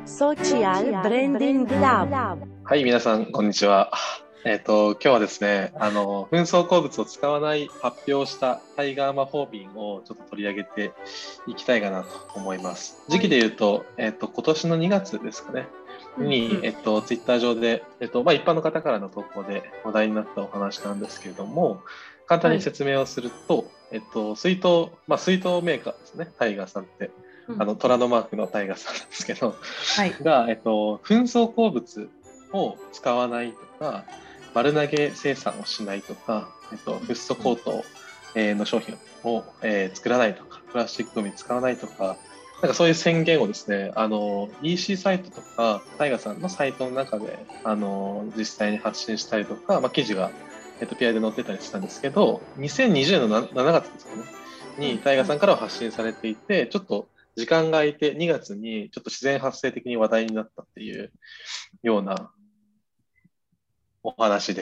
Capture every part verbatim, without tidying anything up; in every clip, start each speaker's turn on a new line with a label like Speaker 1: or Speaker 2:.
Speaker 1: Social Branding Lab。
Speaker 2: はい、皆さん、こんにちは。えっと、今日はですね、あの、紛争鉱物を使わない発表したタイガー魔法瓶をちょっと取り上げていきたいかなと思います。時期で言うと、えっと、今年のにがつですかね、に、
Speaker 3: うんうん、
Speaker 2: えっと、ツイッター上で、えっと、まあ、一般の方からの投稿で話題になったお話なんですけれども、簡単に説明をすると、はい、えっと、水筒、まあ、水筒メーカーですね、タイガーさんって。あの虎のマークのタイガーさんなんですけど、はい、が、えっと、紛争鉱物を使わないとか、丸投げ生産をしないとか、えっと、フッ素コートの商品を、えー、作らないとか、プラスチックゴミ使わないとか、なんかそういう宣言をですね、あの イーシー サイトとか、タイガーさんのサイトの中であの実際に発信したりとか、まあ、記事が、えっと、ピアで載ってたりしたんですけど、にせんにじゅうねんのしちがつですかね、にタイガーさんからは発信されていて、ちょっと時間が空いてにがつにちょっと自然発生的に話題になったっていうようなお話です。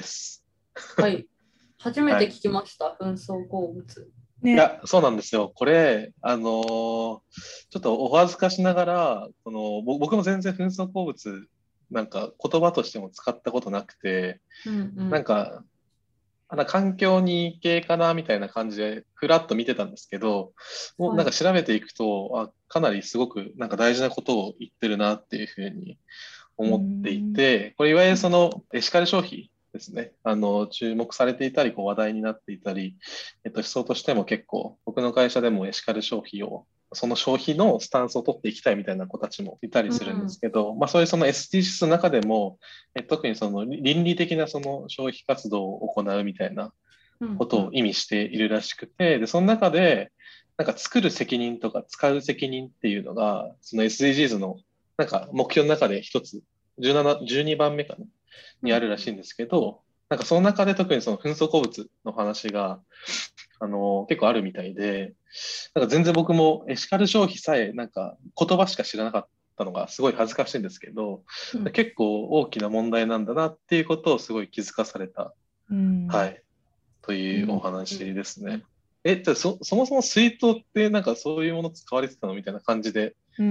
Speaker 3: はい。初めて聞きました、はい、紛争鉱物。
Speaker 2: ね、いや、そうなんですよ。これ、あのー、ちょっとお恥ずかしながら、この僕も全然紛争鉱物、なんか言葉としても使ったことなくて、うんうん、なんか、環境に系かなみたいな感じでふらっと見てたんですけど、もうなんか調べていくと、はい、あかなりすごくなんか大事なことを言ってるなっていうふうに思っていて、これいわゆるそのエシカル消費ですね、あの注目されていたりこう話題になっていたり、えっと、思想としても結構僕の会社でもエシカル消費をその消費のスタンスを取っていきたいみたいな子たちもいたりするんですけど、うん、まあ、そういうその エスディージー の中でも、え特にその倫理的なその消費活動を行うみたいなことを意味しているらしくて、でその中でなんか作る責任とか使う責任っていうのがその エスディージーズ のなんか目標の中で一つじゅうなな、じゅうにばんめかなにあるらしいんですけど、なんかその中で特にその紛争鉱物の話があの結構あるみたいで、なんか全然僕もエシカル消費さえなんか言葉しか知らなかったのがすごい恥ずかしいんですけど、うん、結構大きな問題なんだなっていうことをすごい気づかされた、うん、はい、というお話ですね。うん、え、じゃあ そ, そもそも水筒ってなんかそういうもの使われてたのみたいな感じで、うん、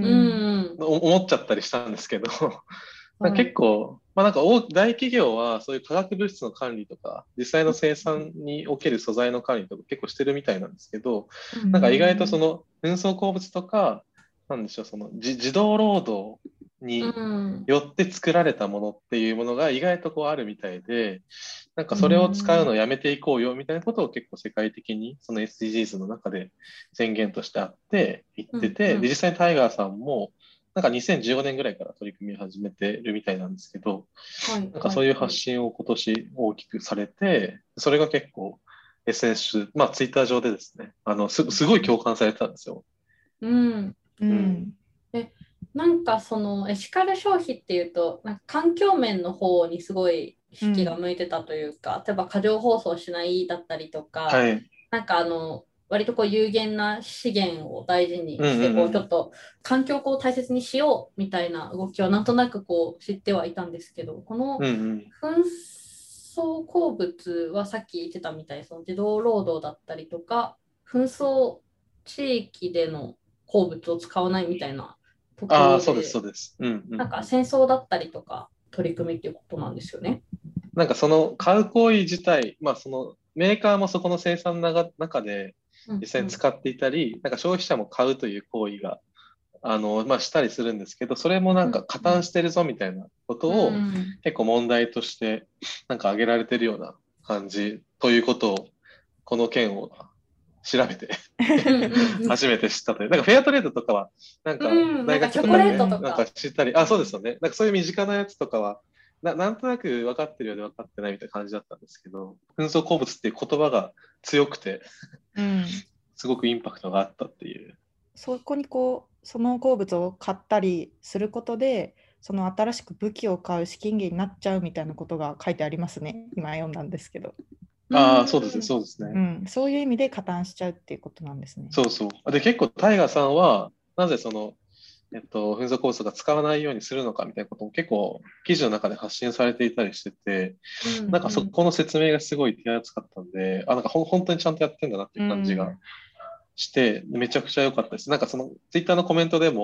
Speaker 2: 思っちゃったりしたんですけど、結構、まあ、なんか大大企業はそういう化学物質の管理とか、実際の生産における素材の管理とか結構してるみたいなんですけど、うん、なんか意外とその紛争鉱物とか、なんでしょう、その児童労働によって作られたものっていうものが意外とこうあるみたいで、なんかそれを使うのをやめていこうよみたいなことを結構世界的にその エスディージーズ の中で宣言としてあって言ってて、うんうん、で実際にタイガーさんもなんかにせんじゅうごねんぐらいから取り組みを始めてるみたいなんですけど、はい、なんかそういう発信を今年大きくされて、それが結構 エスエヌエス、まあツイッター上でですね、あの す, すごい共感されてたんですよ。
Speaker 3: うん。うん。え、なんかそのエシカル消費っていうと、なんか環境面の方にすごい意識が向いてたというか、うん、例えば過剰包装しないだったりとか、はい、なんかあの、割とこう有限な資源を大事にしてこうちょっと環境をこう大切にしようみたいな動きをなんとなくこう知ってはいたんですけど、この紛争鉱物はさっき言ってたみたいにその児童労働だったりとか紛争地域での鉱物を使わないみたいなところで、
Speaker 2: あ、そうですそうです、うんうん、
Speaker 3: なんか戦争だったりとか取り組みっていうことなんですよね。
Speaker 2: なんかその買う行為自体、まあそのメーカーもそこの生産の中で実際に使っていたり、うんうん、なんか消費者も買うという行為があの、まあ、したりするんですけど、それもなんか加担してるぞみたいなことを結構問題としてなんか挙げられてるような感じということをこの件を調べて初めて知ったという。なんかフェアトレードとかはなんか大学とかで、ね、なんか知ったり、あ、そうですよね。なんかそういう身近なやつとかはな, なんとなく分かってるようで分かってないみたいな感じだったんですけど、紛争鉱物っていう言葉が強くて、うん、すごくインパクトがあったっていう。
Speaker 4: そこにこうその鉱物を買ったりすることでその新しく武器を買う資金源になっちゃうみたいなことが書いてありますね。今読んだんですけど。
Speaker 2: ああ、そうですね、そうですね、
Speaker 4: うん。そういう意味で加担しちゃうっていうことなんですね。
Speaker 2: そうそう。で、結構タイガーさんはなぜその、えっと、紛争鉱物が使わないようにするのかみたいなことも結構記事の中で発信されていたりしてて、うんうん、なんかそこの説明がすごい手厚かったんで、あ、なんかほ本当にちゃんとやってんだなっていう感じがして、うん、めちゃくちゃ良かったです。なんかそのツイッターのコメントでも、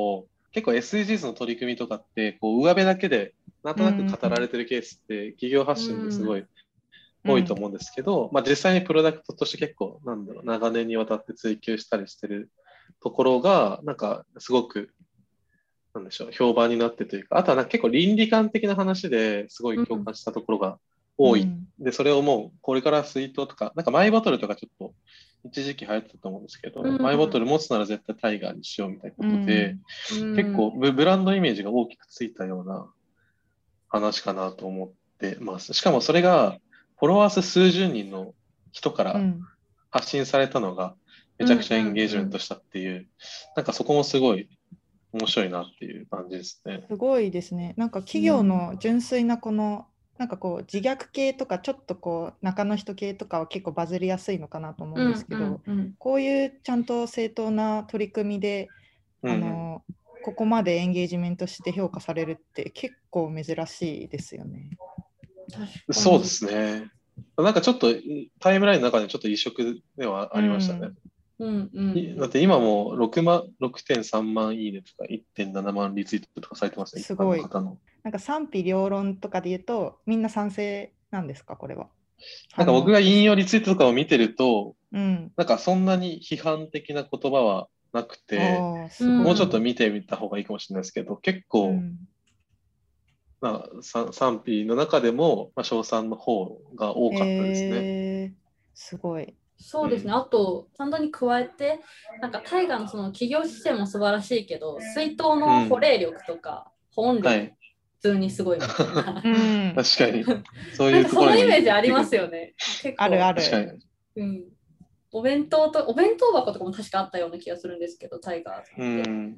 Speaker 2: 結構 エスディージーズ の取り組みとかってこう上辺だけでなんとなく語られてるケースって企業発信ですごい多いと思うんですけど、まあ、実際にプロダクトとして結構なんだろう長年にわたって追求したりしてるところがなんかすごくなんでしょう評判になってというか、あとはなんか結構倫理観的な話ですごい共感したところが多い、うん、でそれをもうこれから水筒とかなんかマイボトルとかちょっと一時期流行ってたと思うんですけど、うん、マイボトル持つなら絶対タイガーにしようみたいなことで、うん、結構ブランドイメージが大きくついたような話かなと思ってます。しかもそれがフォロワー数数十人の人から発信されたのがめちゃくちゃエンゲージメントしたっていう、うんうんうん、なんかそこもすごい面白いなっていう感じですね。
Speaker 4: すごいですね。なんか企業の純粋なこの、うん、なんかこう自虐系とかちょっとこう中の人系とかは結構バズりやすいのかなと思うんですけど、うんうんうん、こういうちゃんと正当な取り組みで、あの、うんうん、ここまでエンゲージメントして評価されるって結構珍しいですよね。
Speaker 2: そうですね。なんかちょっとタイムラインの中でちょっと異色ではありましたね。
Speaker 3: うんうんうん、
Speaker 2: だって今も ろくてんさんまんいいねとか いってんななまんリツイートとかされてますね。
Speaker 4: すごい。なんか賛否両論とかで言うとみんな賛成なんですかこれは。
Speaker 2: なんか僕が引用リツイートとかを見てると、
Speaker 4: うん、
Speaker 2: なんかそんなに批判的な言葉はなくて、もうちょっと見てみた方がいいかもしれないですけど、結構、うんまあ、賛否の中でも、まあ、称賛の方が多かったですね。
Speaker 4: えー、すごい。
Speaker 3: そうですね、うん、あと、ちゃんとに加えて、なんかタイガーのその企業姿勢も素晴らしいけど、水筒の保冷力とか、うん、保温力、はい、普通にすごいみたいな。
Speaker 2: うん、確かに。
Speaker 3: そういうところにそのイメージありますよね。結構
Speaker 4: あるある。
Speaker 2: 確かに。
Speaker 3: うん。お弁当と、お弁当箱とかも確かあったような気がするんですけど、タイガーさんって。うん、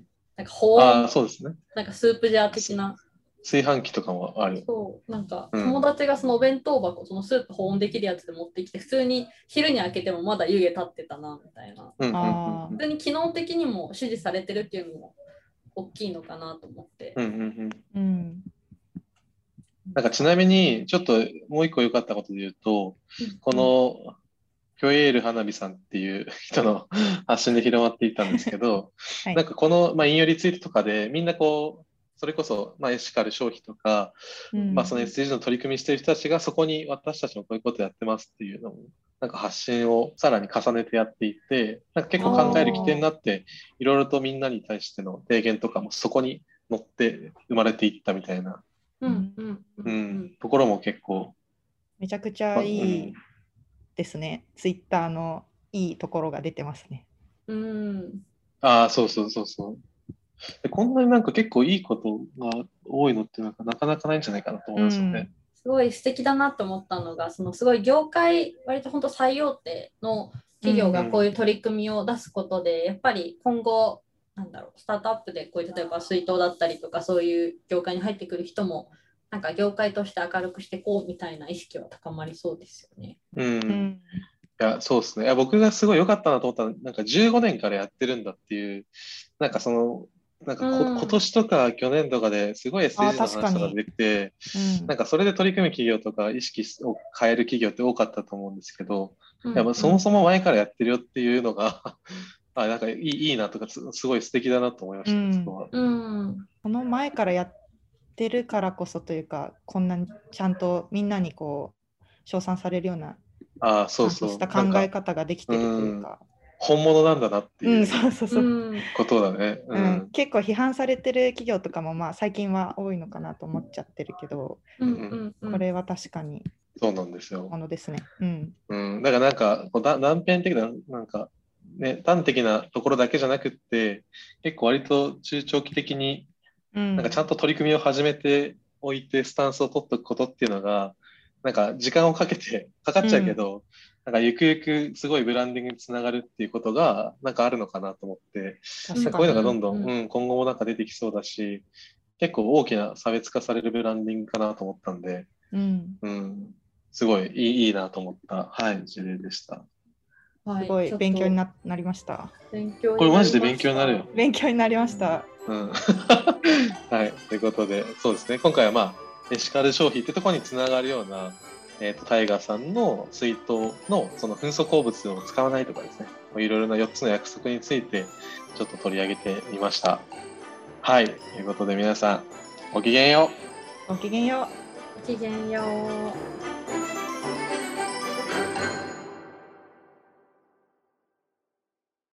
Speaker 3: なんか保温、
Speaker 2: あ、そうですね。
Speaker 3: なんかスープジャー的な。
Speaker 2: 炊飯器とかもある。
Speaker 3: そう、なんか友達がそのお弁当箱、うん、そのスープ保温できるやつで持ってきて、普通に昼に開けてもまだ湯気立ってたな、みたいな。
Speaker 2: うんうんうん、
Speaker 3: 普通に機能的にも支持されてるっていうのも大きいのかなと思って。
Speaker 2: うんうん
Speaker 4: うん、
Speaker 2: なんかちなみに、ちょっともう一個良かったことで言うと、うん、この、キョエール花火さんっていう人の発信で広まっていたんですけど、はい、なんかこの、まあ、引用リツイートとかでみんなこう、それこそ、まあ、エシカル消費とか、うんまあ、その エスディージー の取り組みしている人たちがそこに私たちもこういうことやってますっていうのをなんか発信をさらに重ねてやっていて、なんか結構考える起点になっていろいろとみんなに対しての提言とかもそこに乗って生まれていったみたいな、
Speaker 3: うんうんうん、
Speaker 2: ところも結構
Speaker 4: めちゃくちゃいいですね、うん、ツイッターのいいところが出てますね。
Speaker 3: うん、
Speaker 2: ああそうそうそうそうこんなになんか結構いいことが多いのってなんかなかなかないんじゃないかなと思いますよね。うん、
Speaker 3: すごい素敵だなと思ったのが、そのすごい業界、割と本当最大手の企業がこういう取り組みを出すことで、うん、やっぱり今後、なんだろう、スタートアップでこういう例えば水筒だったりとか、そういう業界に入ってくる人も、なんか業界として明るくしていこうみたいな意識は高まりそうですよね。
Speaker 2: うん。うんいやそうですねいや。僕がすごい良かったなと思ったのは、なんかじゅうごねんからやってるんだっていう、なんかその、なんかこ、うん、今年とか去年とかですごい エスディージー の話とか出てきて、うん、なんかそれで取り組む企業とか意識を変える企業って多かったと思うんですけど、うん、やっぱそもそも前からやってるよっていうのがあなんかいい、いいなとかすごい素敵だなと思いました、ね、そこは、
Speaker 3: うん。
Speaker 4: この前からやってるからこそというか、こんなにちゃんとみんなにこう称賛されるような
Speaker 2: あそうそう
Speaker 4: した考え方ができてるというか。
Speaker 2: 本物なんだなっていうことだね、
Speaker 4: うんうん、結構批判されてる企業とかもまあ最近は多いのかなと思っちゃってるけど、
Speaker 3: うんうんうん、
Speaker 4: これは確かに
Speaker 2: そうなんですよ
Speaker 4: ものですね。うん
Speaker 2: うん、だからなんかこうだ断片的ななんか、ね、端的なところだけじゃなくって結構割と中長期的になんかちゃんと取り組みを始めておいてスタンスを取っておくことっていうのがなんか時間をかけてかかっちゃうけど、うんなんかゆくゆくすごいブランディングにつながるっていうことがなんかあるのかなと思って、こういうのがどんどん、うん、今後もなんか出てきそうだし、結構大きな差別化されるブランディングかなと思ったんで、
Speaker 4: うん
Speaker 2: うん、すごいいい、いいなと思った、はい、事例でした。
Speaker 4: すごい勉強に な, なりました。
Speaker 3: 勉強
Speaker 2: これマジで勉強になるよ。
Speaker 4: 勉強になりました。
Speaker 2: うん、はい、ということで、そうですね、今回はまあ、エシカル消費ってところにつながるような、えーと、タイガーさんの水筒のその紛争鉱物を使わないとかですね、いろいろなよっつの約束についてちょっと取り上げてみました。 はい、ということで皆さんごきげんよう。
Speaker 4: ごきげんよう。
Speaker 3: ごきげんよう。